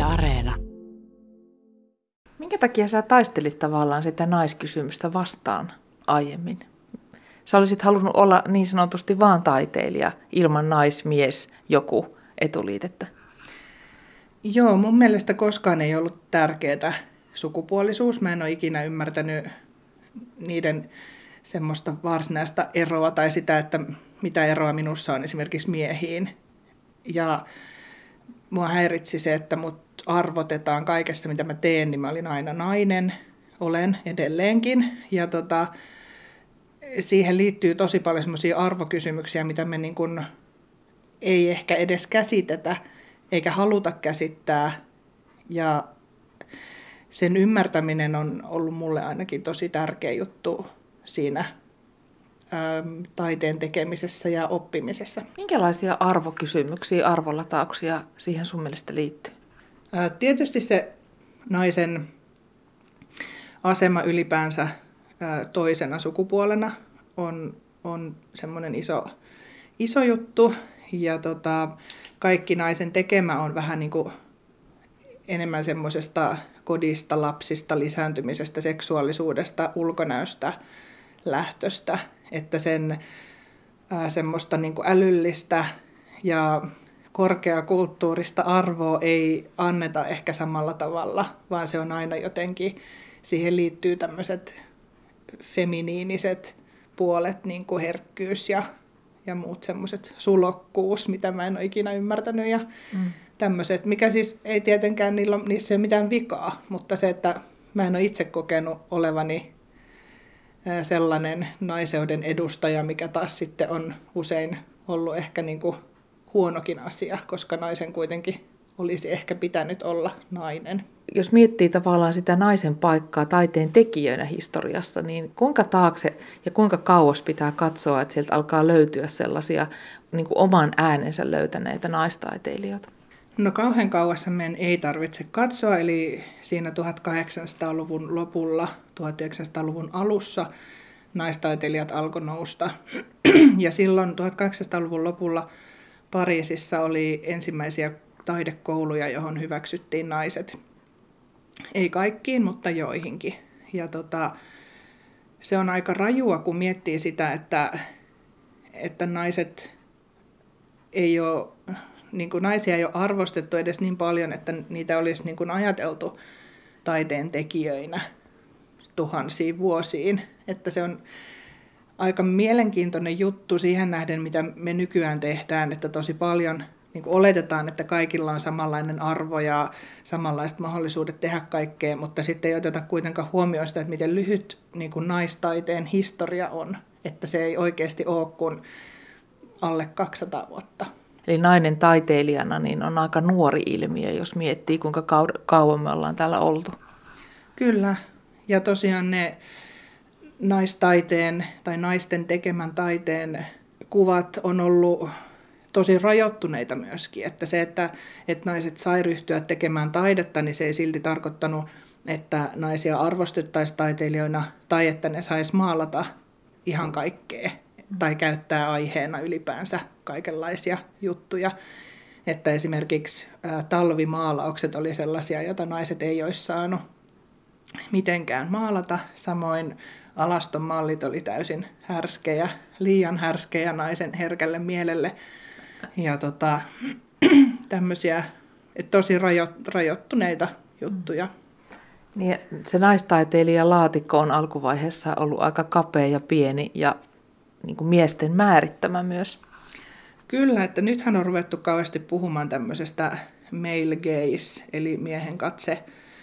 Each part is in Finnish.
Areena. Minkä takia sä taistelit tavallaan sitä naiskysymystä vastaan aiemmin? Sä olisit halunnut olla niin sanotusti vaan taiteilija ilman naismies joku etuliitettä. Joo, mun mielestä koskaan ei ollut tärkeää sukupuolisuus. Mä en ole ikinä ymmärtänyt niiden semmoista varsinaista eroa tai sitä, että mitä eroa minussa on esimerkiksi miehiin. Ja mua häiritsi se, että mut arvotetaan kaikesta, mitä mä teen, niin mä olin aina nainen, olen edelleenkin. Ja siihen liittyy tosi paljon semmoisia arvokysymyksiä, mitä me niin kun ei ehkä edes käsitetä, eikä haluta käsittää. Ja sen ymmärtäminen on ollut mulle ainakin tosi tärkeä juttu siinä taiteen tekemisessä ja oppimisessa. Minkälaisia arvokysymyksiä, arvolatauksia siihen sun mielestä liittyy? Tietysti se naisen asema ylipäänsä toisena sukupuolena on semmoinen iso juttu. Ja kaikki naisen tekemä on vähän niin kuin enemmän semmoisesta kodista, lapsista, lisääntymisestä, seksuaalisuudesta, ulkonäöstä, lähtöstä. Että sen semmoista niin kuin älyllistä ja korkeakulttuurista arvoa ei anneta ehkä samalla tavalla, vaan se on aina jotenkin, siihen liittyy tämmöiset feminiiniset puolet, niin kuin herkkyys ja muut semmoiset sulokkuus, mitä mä en ole ikinä ymmärtänyt ja tämmöiset, mikä siis ei tietenkään niissä ei ole mitään vikaa, mutta se, että mä en ole itse kokenut olevani sellainen naiseuden edustaja, mikä taas sitten on usein ollut ehkä niin kuin huonokin asia, koska naisen kuitenkin olisi ehkä pitänyt olla nainen. Jos miettii tavallaan sitä naisen paikkaa taiteen tekijöinä historiassa, niin kuinka taakse ja kuinka kauas pitää katsoa, että sieltä alkaa löytyä sellaisia niin kuin oman äänensä löytäneitä naistaiteilijoita? No kauhean kauassa meidän ei tarvitse katsoa, eli siinä 1800-luvun lopulla, 1900-luvun alussa naistaiteilijat alkoi nousta. Ja silloin 1800-luvun lopulla Pariisissa oli ensimmäisiä taidekouluja, johon hyväksyttiin naiset. Ei kaikkiin, mutta joihinkin. Ja se on aika rajua, kun miettii sitä, että naiset ei ole, niin kuin naisia ei ole arvostettu edes niin paljon, että niitä olisi niin kuin ajateltu taiteen tekijöinä tuhansiin vuosiin. Että se on aika mielenkiintoinen juttu siihen nähden, mitä me nykyään tehdään, että tosi paljon niin kuin oletetaan, että kaikilla on samanlainen arvo ja samanlaiset mahdollisuudet tehdä kaikkea, mutta sitten ei oteta kuitenkaan huomioon sitä, että miten lyhyt niin kuin naistaiteen historia on, että se ei oikeasti ole kuin alle 200 vuotta. Eli nainen taiteilijana niin on aika nuori ilmiö, jos miettii, kuinka kauan me ollaan täällä oltu. Kyllä, ja tosiaan ne naistaiteen tai naisten tekemän taiteen kuvat on ollut tosi rajoittuneita myöskin. Että se, että naiset sai ryhtyä tekemään taidetta, niin se ei silti tarkoittanut, että naisia arvostettaisiin taiteilijoina tai että ne sais maalata ihan kaikkea tai käyttää aiheena ylipäänsä kaikenlaisia juttuja. Että esimerkiksi talvimaalaukset oli sellaisia, joita naiset ei olisi saanut mitenkään maalata. Samoin alaston mallit oli täysin härskejä, liian härskejä naisen herkälle mielelle. Ja tämmöisiä tosi rajoittuneita juttuja. Niin, se naistaiteilijan laatikko on alkuvaiheessa ollut aika kapea ja pieni ja niin kuin miesten määrittämä myös. Kyllä, että nythän on ruvettu kauheasti puhumaan tämmöisestä male gaze, eli miehen katse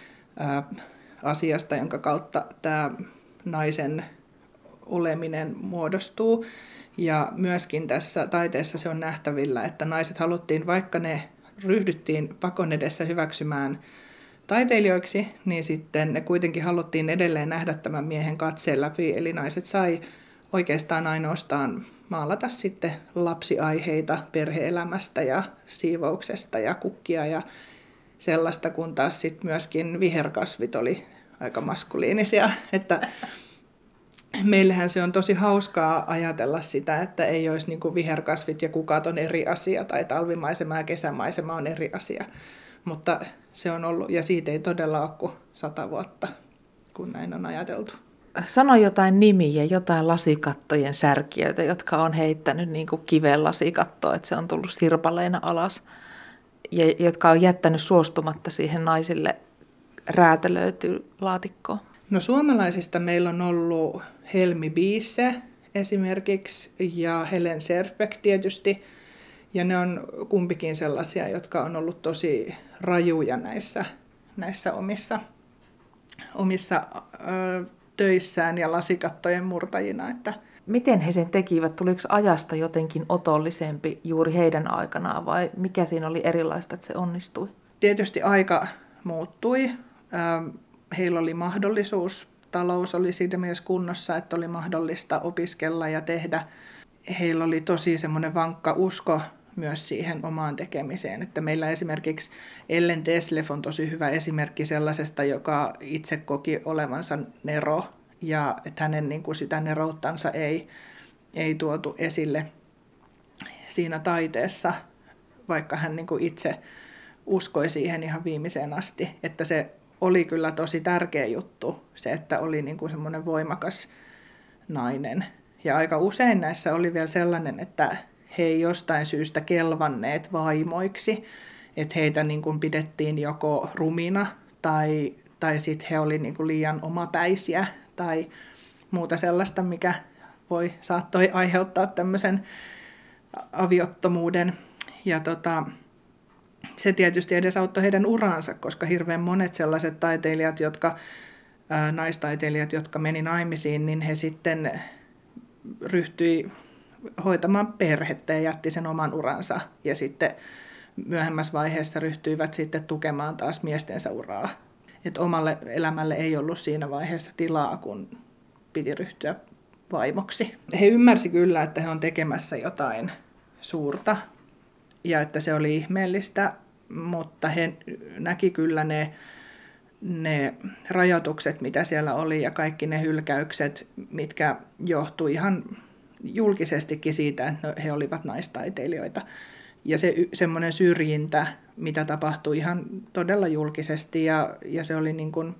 asiasta, jonka kautta tämä naisen oleminen muodostuu. Ja myöskin tässä taiteessa se on nähtävillä, että naiset haluttiin, vaikka ne ryhdyttiin pakon edessä hyväksymään taiteilijoiksi, niin sitten ne kuitenkin haluttiin edelleen nähdä tämän miehen katseen läpi. Eli naiset sai oikeastaan ainoastaan maalata sitten lapsiaiheita perhe-elämästä ja siivouksesta ja kukkia ja sellaista, kun taas sitten myöskin viherkasvit oli aika maskuliinisia, että meillähän se on tosi hauskaa ajatella sitä, että ei olisi niin kuin viherkasvit ja kukat on eri asia tai talvimaisema ja kesämaisema on eri asia, mutta se on ollut, ja siitä ei todella ole kuin 100 vuotta, kun näin on ajateltu. Sano jotain nimiä, jotain lasikattojen särkijöitä, jotka on heittänyt niin kuin kiven lasikattoa, että se on tullut sirpaleina alas, ja jotka on jättänyt suostumatta siihen naisille räätälöityyn laatikkoon. No suomalaisista meillä on ollut Helmi Biise esimerkiksi ja Helen Serbeck tietysti. Ja ne on kumpikin sellaisia, jotka on ollut tosi rajuja näissä omissa töissään ja lasikattojen murtajina. Että miten he sen tekivät? Tuliko ajasta jotenkin otollisempi juuri heidän aikanaan vai mikä siinä oli erilaista, että se onnistui? Tietysti aika muuttui. Heillä oli mahdollisuus, talous oli siinä mielessä kunnossa, että oli mahdollista opiskella ja tehdä. Heillä oli tosi semmoinen vankka usko myös siihen omaan tekemiseen. Että meillä esimerkiksi Ellen Tesleff on tosi hyvä esimerkki sellaisesta, joka itse koki olevansa nero ja että hänen niin kuin sitä nerouttansa ei tuotu esille siinä taiteessa, vaikka hän niin kuin itse uskoi siihen ihan viimeiseen asti. Että se oli kyllä tosi tärkeä juttu, se, että oli niin kuin semmoinen voimakas nainen. Ja aika usein näissä oli vielä sellainen, että he ei jostain syystä kelvanneet vaimoiksi, että heitä niin kuin pidettiin joko rumina tai sitten he oli niin kuin liian omapäisiä tai muuta sellaista, mikä saattoi aiheuttaa tämmöisen aviottomuuden. Ja se tietysti edesauttoi heidän uraansa, koska hirveän monet sellaiset taiteilijat, naistaiteilijat, jotka meni naimisiin, niin he sitten ryhtyi hoitamaan perhettä ja jätti sen oman uransa. Ja sitten myöhemmässä vaiheessa ryhtyivät sitten tukemaan taas miestensä uraa. Et omalle elämälle ei ollut siinä vaiheessa tilaa, kun piti ryhtyä vaimoksi. He ymmärsi kyllä, että he on tekemässä jotain suurta ja että se oli ihmeellistä, mutta he näki kyllä ne rajoitukset, mitä siellä oli ja kaikki ne hylkäykset, mitkä johtui ihan julkisestikin siitä, että he olivat naistaiteilijoita. Ja se semmoinen syrjintä, mitä tapahtui ihan todella julkisesti ja se oli niin kuin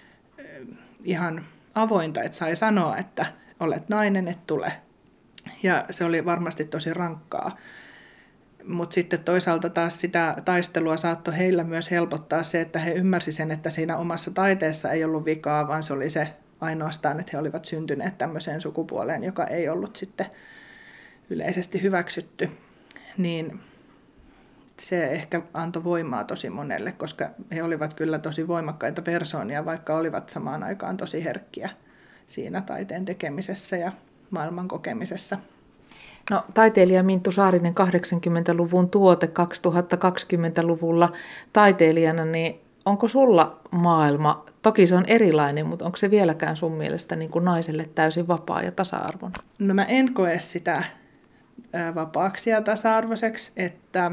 ihan avointa, että sai sanoa, että olet nainen, et tule. Ja se oli varmasti tosi rankkaa. Mutta sitten toisaalta taas sitä taistelua saattoi heillä myös helpottaa se, että he ymmärsivät sen, että siinä omassa taiteessa ei ollut vikaa, vaan se oli se ainoastaan, että he olivat syntyneet tämmöiseen sukupuoleen, joka ei ollut sitten yleisesti hyväksytty. Niin se ehkä antoi voimaa tosi monelle, koska he olivat kyllä tosi voimakkaita persoonia, vaikka olivat samaan aikaan tosi herkkiä siinä taiteen tekemisessä ja maailman kokemisessa. No, taiteilija Minttu Saarinen 80-luvun tuote 2020-luvulla taiteilijana, niin onko sulla maailma, toki se on erilainen, mutta onko se vieläkään sun mielestä niin kuin naiselle täysin vapaa ja tasa-arvoinen? No mä en koe sitä vapaaksi ja tasa-arvoiseksi, että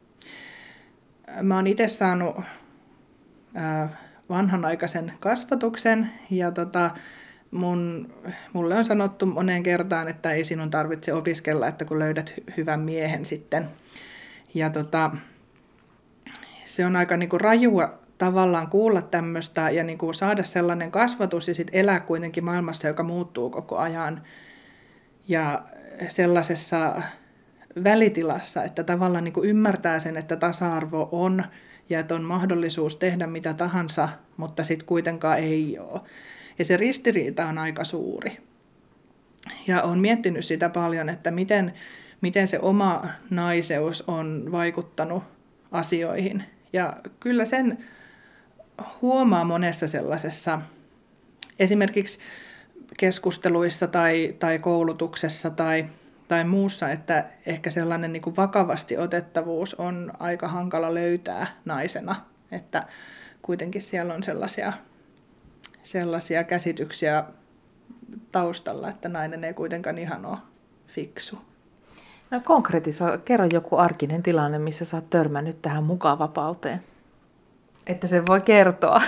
mä oon itse saanut vanhanaikaisen kasvatuksen ja mulle on sanottu moneen kertaan, että ei sinun tarvitse opiskella, että kun löydät hyvän miehen sitten. Ja se on aika niinku rajua tavallaan kuulla tämmöistä ja niinku saada sellainen kasvatus ja sitten elää kuitenkin maailmassa, joka muuttuu koko ajan. Ja sellaisessa välitilassa, että tavallaan niinku ymmärtää sen, että tasa-arvo on ja että on mahdollisuus tehdä mitä tahansa, mutta sitten kuitenkaan ei ole. Ja se ristiriita on aika suuri. Ja olen miettinyt sitä paljon, että miten se oma naiseus on vaikuttanut asioihin. Ja kyllä sen huomaa monessa sellaisessa, esimerkiksi keskusteluissa tai koulutuksessa tai muussa, että ehkä sellainen niin kuin vakavasti otettavuus on aika hankala löytää naisena. Että kuitenkin siellä on sellaisia käsityksiä taustalla, että nainen ei kuitenkaan ihan ole fiksu. No konkretisoi, kerro joku arkinen tilanne, missä sä oot törmännyt tähän mukavapauteen. Että se voi kertoa.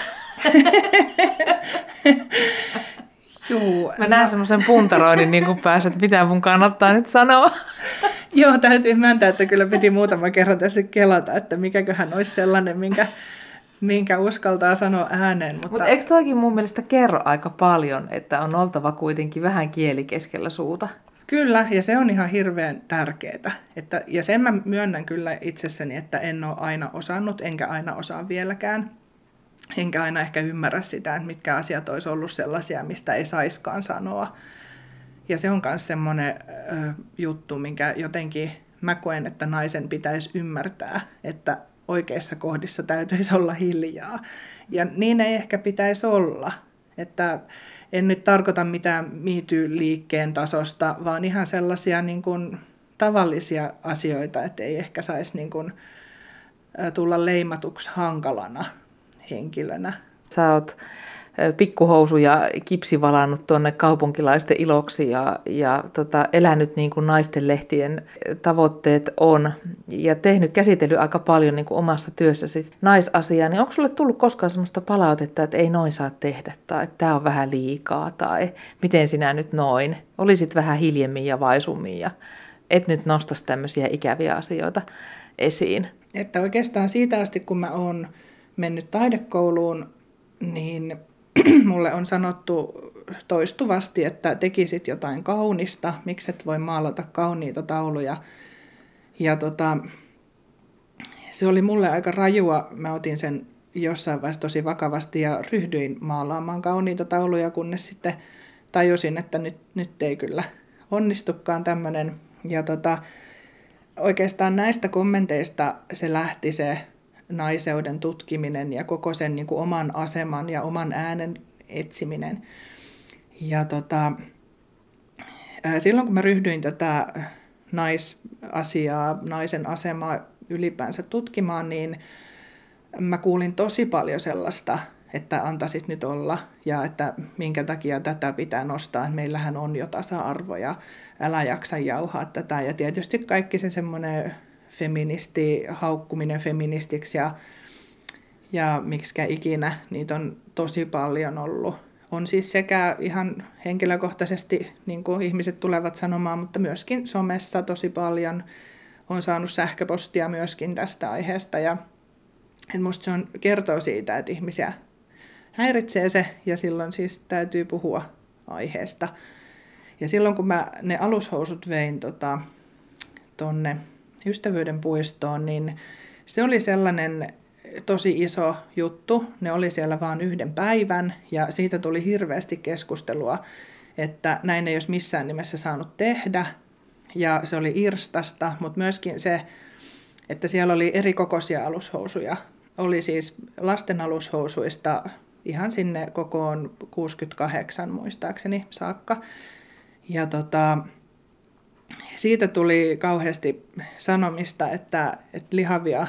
Juu, mä näen semmoisen puntaroinnin niin kuin päässä, että mitä mun kannattaa nyt sanoa. Joo, täytyy myöntää, että kyllä piti muutama kerran tässä kelata, että mikäköhän olisi sellainen, minkä uskaltaa sanoa ääneen. Mutta eikö toikin mun mielestä kerro aika paljon, että on oltava kuitenkin vähän kieli keskellä suuta? Kyllä, ja se on ihan hirveän tärkeää. Ja sen mä myönnän kyllä itsessäni, että en ole aina osannut, enkä aina osaa vieläkään. Enkä aina ehkä ymmärrä sitä, että mitkä asiat olisi ollut sellaisia, mistä ei saiskaan sanoa. Ja se on myös semmoinen juttu, minkä jotenkin mä koen, että naisen pitäisi ymmärtää, että oikeissa kohdissa täytyisi olla hiljaa. Ja niin ei ehkä pitäisi olla. Että en nyt tarkoita mitään MeToo-liikkeen tasosta, vaan ihan sellaisia niin kuin tavallisia asioita, että ei ehkä saisi niin kuin tulla leimatuksi hankalana henkilönä. Sä oot pikkuhousuja kipsivalannut tuonne kaupunkilaisten iloksi ja elänyt niin kuin naisten lehtien tavoitteet on ja käsitellyt aika paljon niin kuin omassa työssäsi naisasiaa, niin onko sulle tullut koskaan sellaista palautetta, että ei noin saa tehdä tai että tämä on vähän liikaa tai miten sinä nyt noin? Olisit vähän hiljemmin ja vaisummin ja et nyt nostaisi tämmöisiä ikäviä asioita esiin. Että oikeastaan siitä asti, kun mä oon mennyt taidekouluun, niin mulle on sanottu toistuvasti, että tekisit jotain kaunista, mikset voi maalata kauniita tauluja. Ja se oli mulle aika rajua. Mä otin sen jossain vaiheessa tosi vakavasti ja ryhdyin maalaamaan kauniita tauluja, kunnes sitten tajusin, että nyt ei kyllä onnistukaan tämmöinen. Ja oikeastaan näistä kommenteista se lähti se naiseuden tutkiminen ja koko sen niin kuin oman aseman ja oman äänen etsiminen. Ja silloin kun mä ryhdyin tätä naisasiaa, naisen asemaa ylipäänsä tutkimaan, niin mä kuulin tosi paljon sellaista, että antaisit nyt olla ja että minkä takia tätä pitää nostaa, että meillähän on jo tasa-arvo ja älä jaksa jauhaa tätä. Ja tietysti kaikki se semmoinen haukkuminen feministiksi ja miksikä ikinä, niitä on tosi paljon ollut. On siis sekä ihan henkilökohtaisesti, niin kuin ihmiset tulevat sanomaan, mutta myöskin somessa tosi paljon. Olen saanut sähköpostia myöskin tästä aiheesta ja musta se kertoo siitä, että ihmisiä häiritsee se ja silloin siis täytyy puhua aiheesta. Ja silloin kun mä ne alushousut vein tonne Ystävyyden puistoon, niin se oli sellainen tosi iso juttu. Ne oli siellä vain yhden päivän ja siitä tuli hirveästi keskustelua, että näin ei olisi missään nimessä saanut tehdä. Ja se oli irstasta, mutta myöskin se, että siellä oli eri kokoisia alushousuja. Oli siis lasten alushousuista ihan sinne kokoon 68 muistaakseni saakka. Ja siitä tuli kauheasti sanomista, että lihavia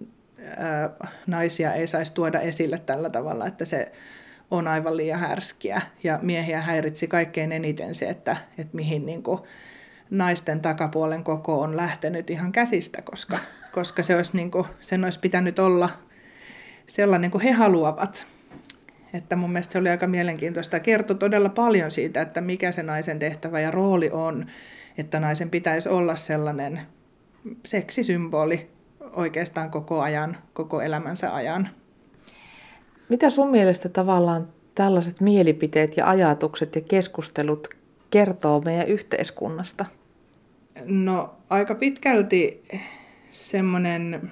naisia ei saisi tuoda esille tällä tavalla, että se on aivan liian härskiä. Ja miehiä häiritsi kaikkein eniten se, että mihin niin kuin naisten takapuolen koko on lähtenyt ihan käsistä, koska se olisi niin kuin, sen olisi pitänyt olla sellainen kuin he haluavat. Että mun mielestä se oli aika mielenkiintoista. Kertoi todella paljon siitä, että mikä se naisen tehtävä ja rooli on, että naisen pitäisi olla sellainen seksisymboli oikeastaan koko ajan, koko elämänsä ajan. Mitä sun mielestä tavallaan tällaiset mielipiteet ja ajatukset ja keskustelut kertoo meidän yhteiskunnasta? No aika pitkälti semmoinen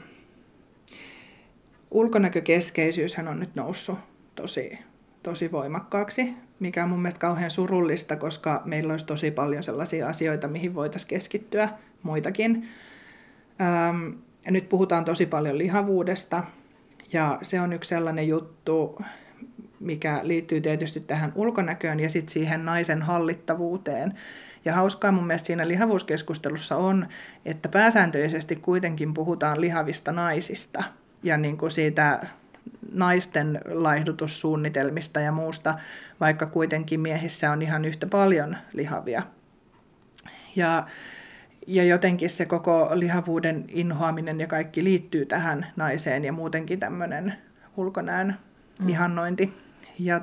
ulkonäkökeskeisyyshän on nyt noussut tosi voimakkaaksi, mikä on mun mielestä kauhean surullista, koska meillä olisi tosi paljon sellaisia asioita, mihin voitaisiin keskittyä, muitakin. Ja nyt puhutaan tosi paljon lihavuudesta, ja se on yksi sellainen juttu, mikä liittyy tietysti tähän ulkonäköön ja sitten siihen naisen hallittavuuteen. Ja hauskaa mun mielestä siinä lihavuuskeskustelussa on, että pääsääntöisesti kuitenkin puhutaan lihavista naisista ja niin kuin siitä naisten laihdutussuunnitelmista ja muusta, vaikka kuitenkin miehissä on ihan yhtä paljon lihavia. Ja jotenkin se koko lihavuuden inhoaminen ja kaikki liittyy tähän naiseen ja muutenkin tämmöinen ulkonäön ihannointi. Ja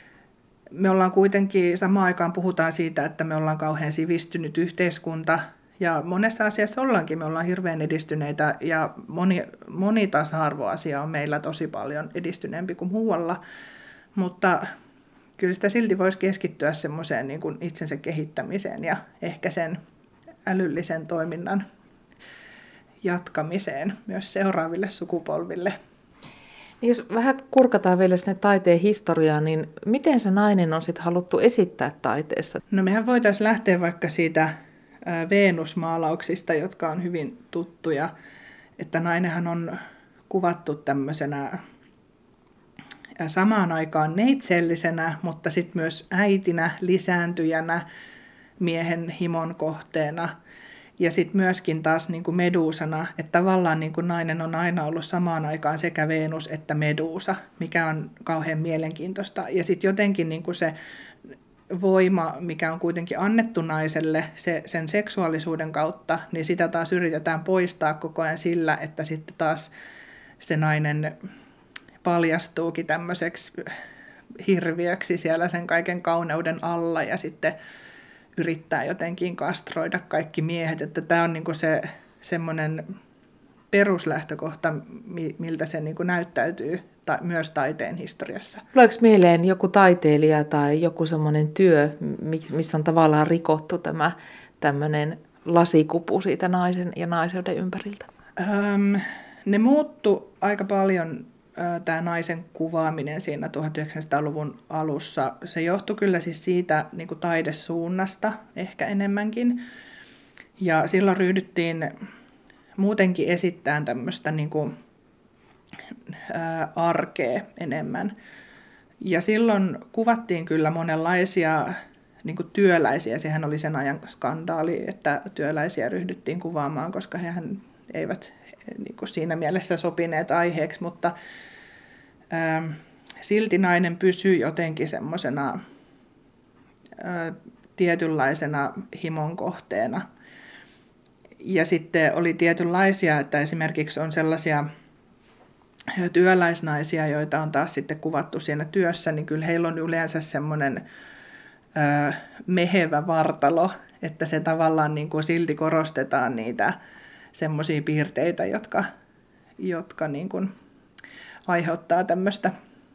me ollaan kuitenkin samaan aikaan puhutaan siitä, että me ollaan kauhean sivistynyt yhteiskunta Ja monessa asiassa ollaankin, me ollaan hirveän edistyneitä ja moni tasa-arvoasia on meillä tosi paljon edistyneempi kuin muualla, mutta kyllä sitä silti voisi keskittyä semmoiseen niin kuin itsensä kehittämiseen ja ehkä sen älyllisen toiminnan jatkamiseen myös seuraaville sukupolville. Jos vähän kurkataan vielä sinne taiteen historiaan, niin miten se nainen on sitten haluttu esittää taiteessa? No mehän voitaisiin lähteä vaikka siitä Venus-maalauksista, jotka on hyvin tuttuja, että nainenhan on kuvattu tämmöisenä samaan aikaan neitsellisenä, mutta sitten myös äitinä, lisääntyjänä, miehen himon kohteena. Ja sitten myöskin taas niin kuin Medusana, että tavallaan niin kuin nainen on aina ollut samaan aikaan sekä Venus että Medusa, mikä on kauhean mielenkiintoista. Ja sitten jotenkin niin kuin se voima, mikä on kuitenkin annettu naiselle sen seksuaalisuuden kautta, niin sitä taas yritetään poistaa koko ajan sillä, että sitten taas se nainen paljastuukin tämmöiseksi hirviöksi siellä sen kaiken kauneuden alla ja sitten yrittää jotenkin kastroida kaikki miehet. Että tämä on niinku se semmoinen peruslähtökohta, miltä se niinku näyttäytyy myös taiteen historiassa. Tuleeko mieleen joku taiteilija tai joku semmoinen työ, missä on tavallaan rikottu tämä tämmöinen lasikupu siitä naisen ja naiseuden ympäriltä? Ne muuttu aika paljon, tämä naisen kuvaaminen siinä 1900-luvun alussa. Se johtui kyllä siis siitä niin kuin taidesuunnasta ehkä enemmänkin. Ja silloin ryhdyttiin muutenkin esittämään tämmöistä niin kuin arkea enemmän. Ja silloin kuvattiin kyllä monenlaisia niin kuin työläisiä. Sehän oli sen ajan skandaali, että työläisiä ryhdyttiin kuvaamaan, koska hehän eivät niin kuin siinä mielessä sopineet aiheeksi, mutta silti nainen pysyi jotenkin semmoisena tietynlaisena himon kohteena. Ja sitten oli tietynlaisia, että esimerkiksi on sellaisia työläisnaisia, joita on taas sitten kuvattu siinä työssä, niin kyllä heillä on yleensä semmoinen mehevä vartalo, että se tavallaan niin kuin silti korostetaan niitä semmoisia piirteitä, jotka niin kuin aiheuttaa tämmöistä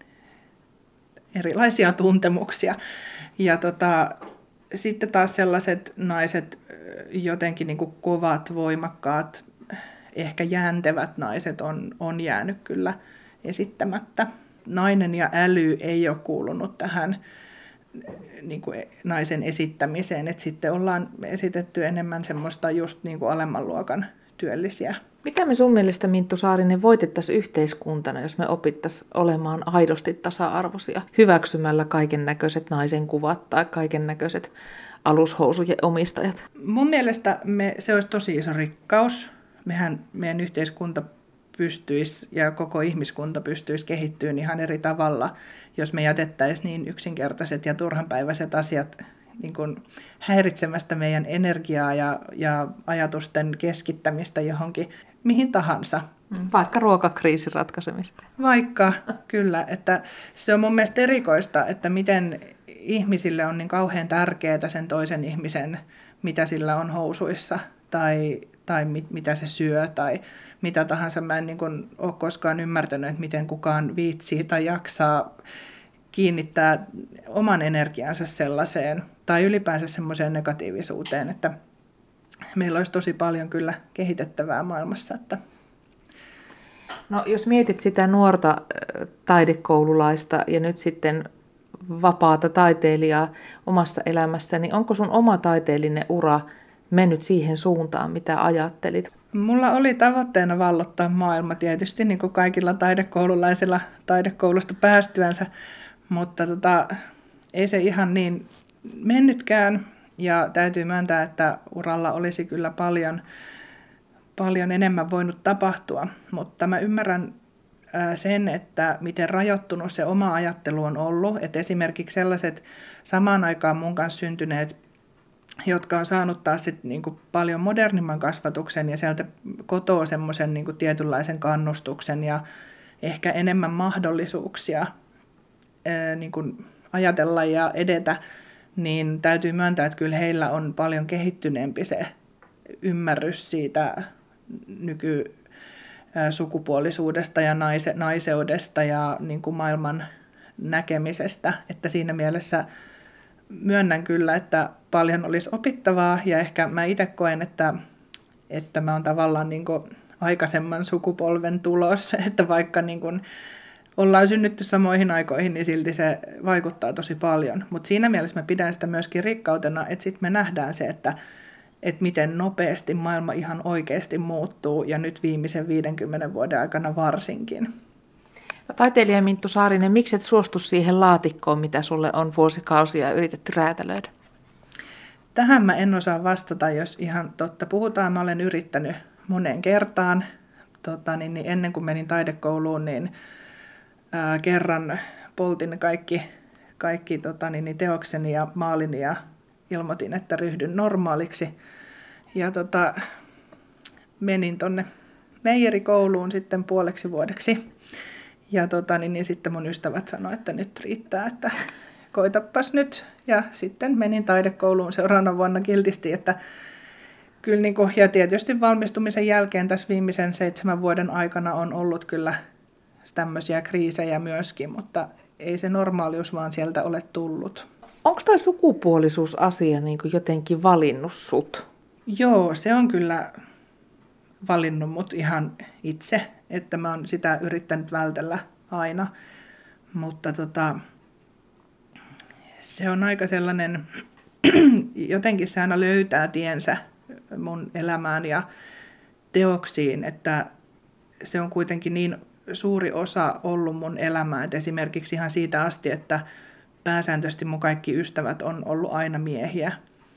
erilaisia tuntemuksia. Ja sitten taas sellaiset naiset, jotenkin niin kuin kovat, voimakkaat, ehkä jäntevät naiset on jäänyt kyllä esittämättä. Nainen ja äly ei ole kuulunut tähän niin kuin naisen esittämiseen, että sitten ollaan esitetty enemmän semmoista just niin kuin alemman luokan työllisiä. Mitä me sun mielestä, Minttu Saarinen, voitettaisiin yhteiskuntana, jos me opittaisiin olemaan aidosti tasa-arvoisia, hyväksymällä kaiken näköiset naisen kuvat tai kaiken näköiset alushousujen omistajat? Mun mielestä se olisi tosi iso rikkaus. Meidän yhteiskunta pystyisi ja koko ihmiskunta pystyisi kehittymään ihan eri tavalla, jos me jätettäisiin niin yksinkertaiset ja turhanpäiväiset asiat niin kuin häiritsemästä meidän energiaa ja ajatusten keskittämistä johonkin mihin tahansa. Vaikka ruokakriisin ratkaisemista. Vaikka, kyllä. Että se on mun mielestä erikoista, että miten ihmisille on niin kauhean tärkeää sen toisen ihmisen, mitä sillä on housuissa tai mitä se syö tai mitä tahansa. Mä en niin kuin ole koskaan ymmärtänyt, että miten kukaan viitsii tai jaksaa kiinnittää oman energiansa sellaiseen tai ylipäänsä semmoiseen negatiivisuuteen, että meillä olisi tosi paljon kyllä kehitettävää maailmassa. Että no, jos mietit sitä nuorta taidekoululaista ja nyt sitten vapaata taiteilijaa omassa elämässä, niin onko sun oma taiteellinen ura mennyt siihen suuntaan, mitä ajattelit? Mulla oli tavoitteena vallottaa maailma tietysti niin kuin kaikilla taidekoululaisilla taidekoulusta päästyänsä, mutta ei se ihan niin mennytkään ja täytyy myöntää, että uralla olisi kyllä paljon enemmän voinut tapahtua, mutta mä ymmärrän sen, että miten rajoittunut se oma ajattelu on ollut, että esimerkiksi sellaiset samaan aikaan mun kanssa syntyneet, jotka on saanut taas sit niinku paljon modernimman kasvatuksen ja sieltä kotoa semmoisen niinku tietynlaisen kannustuksen ja ehkä enemmän mahdollisuuksia niinku ajatella ja edetä, niin täytyy myöntää, että kyllä heillä on paljon kehittyneempi se ymmärrys siitä nykysukupuolisuudesta ja naiseudesta ja niin kuin maailman näkemisestä, että siinä mielessä myönnän kyllä, että paljon olisi opittavaa ja ehkä mä itse koen, että mä oon tavallaan niin kuin aikaisemman sukupolven tulos, että vaikka niin kuin ollaan synnytty samoihin aikoihin, niin silti se vaikuttaa tosi paljon. Mutta siinä mielessä mä pidän sitä myöskin rikkautena, että sitten me nähdään se, että miten nopeasti maailma ihan oikeasti muuttuu ja nyt viimeisen 50 vuoden aikana varsinkin. No, taiteilija Minttu Saarinen, miksi et suostu siihen laatikkoon, mitä sulle on vuosikausia yritetty räätälöidä? Tähän mä en osaa vastata, jos ihan totta puhutaan. Mä olen yrittänyt moneen kertaan. Niin ennen kuin menin taidekouluun, niin kerran poltin kaikki teokseni ja maalini ja ilmoitin, että ryhdyn normaaliksi. Ja menin tonne meijerikouluun sitten puoleksi vuodeksi. Ja niin sitten mun ystävät sanoivat, että nyt riittää, että koitapas nyt. Ja sitten menin taidekouluun seuraavana vuonna kiltisti, että kyllä ja tietysti valmistumisen jälkeen tässä viimeisen 7 vuoden aikana on ollut kyllä tämmöisiä kriisejä myöskin, mutta ei se normaalius vaan sieltä ole tullut. Onko toi sukupuolisuusasia niin kuin jotenkin valinnut sut? Joo, se on kyllä valinnut mut ihan itse, että mä oon sitä yrittänyt vältellä aina, mutta se on aika sellainen, jotenkin se aina löytää tiensä mun elämään ja teoksiin, että se on kuitenkin niin suuri osa ollut mun elämää, että esimerkiksi ihan siitä asti, että pääsääntöisesti mun kaikki ystävät on ollut aina miehiä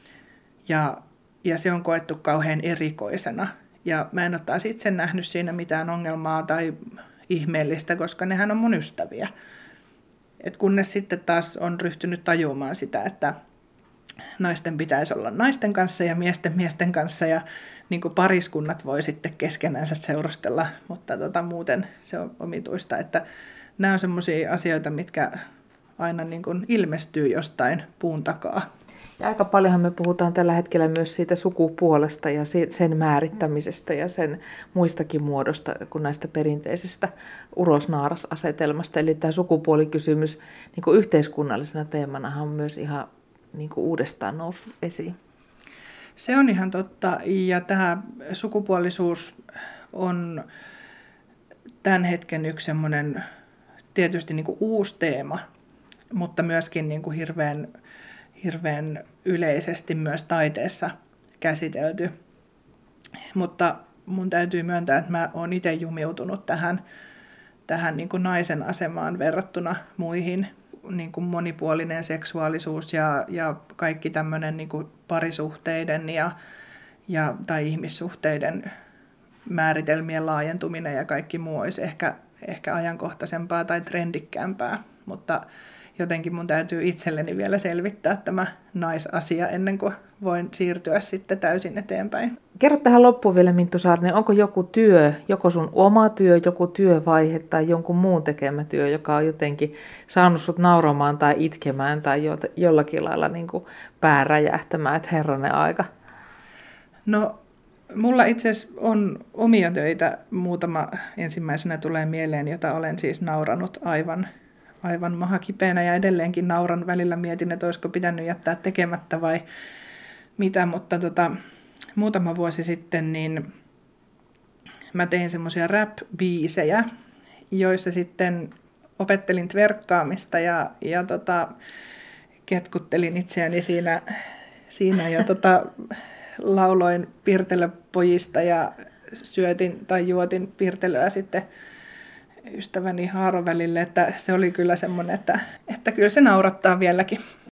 ja se on koettu kauhean erikoisena ja mä en ole taas itse nähnyt siinä mitään ongelmaa tai ihmeellistä, koska nehän on mun ystäviä. Et kunnes sitten taas on ryhtynyt tajumaan sitä, että naisten pitäisi olla naisten kanssa ja miesten kanssa ja niin kuin pariskunnat voi sitten keskenänsä seurustella, mutta muuten se on omituista, että nämä on semmoisia asioita, mitkä aina niin kuin ilmestyy jostain puun takaa. Ja aika paljonhan me puhutaan tällä hetkellä myös siitä sukupuolesta ja sen määrittämisestä ja sen muistakin muodosta kuin näistä perinteisistä uros-naaras-asetelmasta. Eli tämä sukupuolikysymys niin kuin yhteiskunnallisena teemanahan on myös ihan niin kuin uudestaan noussut esiin. Se on ihan totta, ja tämä sukupuolisuus on tämän hetken yksi semmoinen tietysti niin kuin uusi teema, mutta myöskin niin kuin hirveän yleisesti myös taiteessa käsitelty. Mutta mun täytyy myöntää, että mä oon itse jumiutunut tähän niin kuin naisen asemaan verrattuna muihin. Niin kuin monipuolinen seksuaalisuus ja kaikki tämmöinen niin kuin parisuhteiden tai ihmissuhteiden määritelmien laajentuminen ja kaikki muu olisi ehkä ajankohtaisempaa tai trendikkäämpää, mutta jotenkin mun täytyy itselleni vielä selvittää tämä naisasia ennen kuin voin siirtyä sitten täysin eteenpäin. Kerro tähän loppuun vielä, Minttu Saarinen, onko joku työ, joko sun oma työ, joku työvaihe tai jonkun muun tekemä työ, joka on jotenkin saanut sut nauramaan tai itkemään tai jollakin lailla niin kuin pää räjähtämään, että herranen aika? No, mulla itse asiassa on omia töitä, muutama ensimmäisenä tulee mieleen, jota olen siis nauranut aivan mahakipeänä ja edelleenkin nauran. Välillä mietin, että olisiko pitänyt jättää tekemättä vai mitä, mutta muutama vuosi sitten niin mä tein semmoisia rap-biisejä, joissa sitten opettelin tverkkaamista ja ketkuttelin itseäni siinä ja lauloin pirtelöpojista ja syötin tai juotin pirtelöä sitten ystäväni haarovälille, että se oli kyllä semmoinen, että kyllä se naurattaa vieläkin.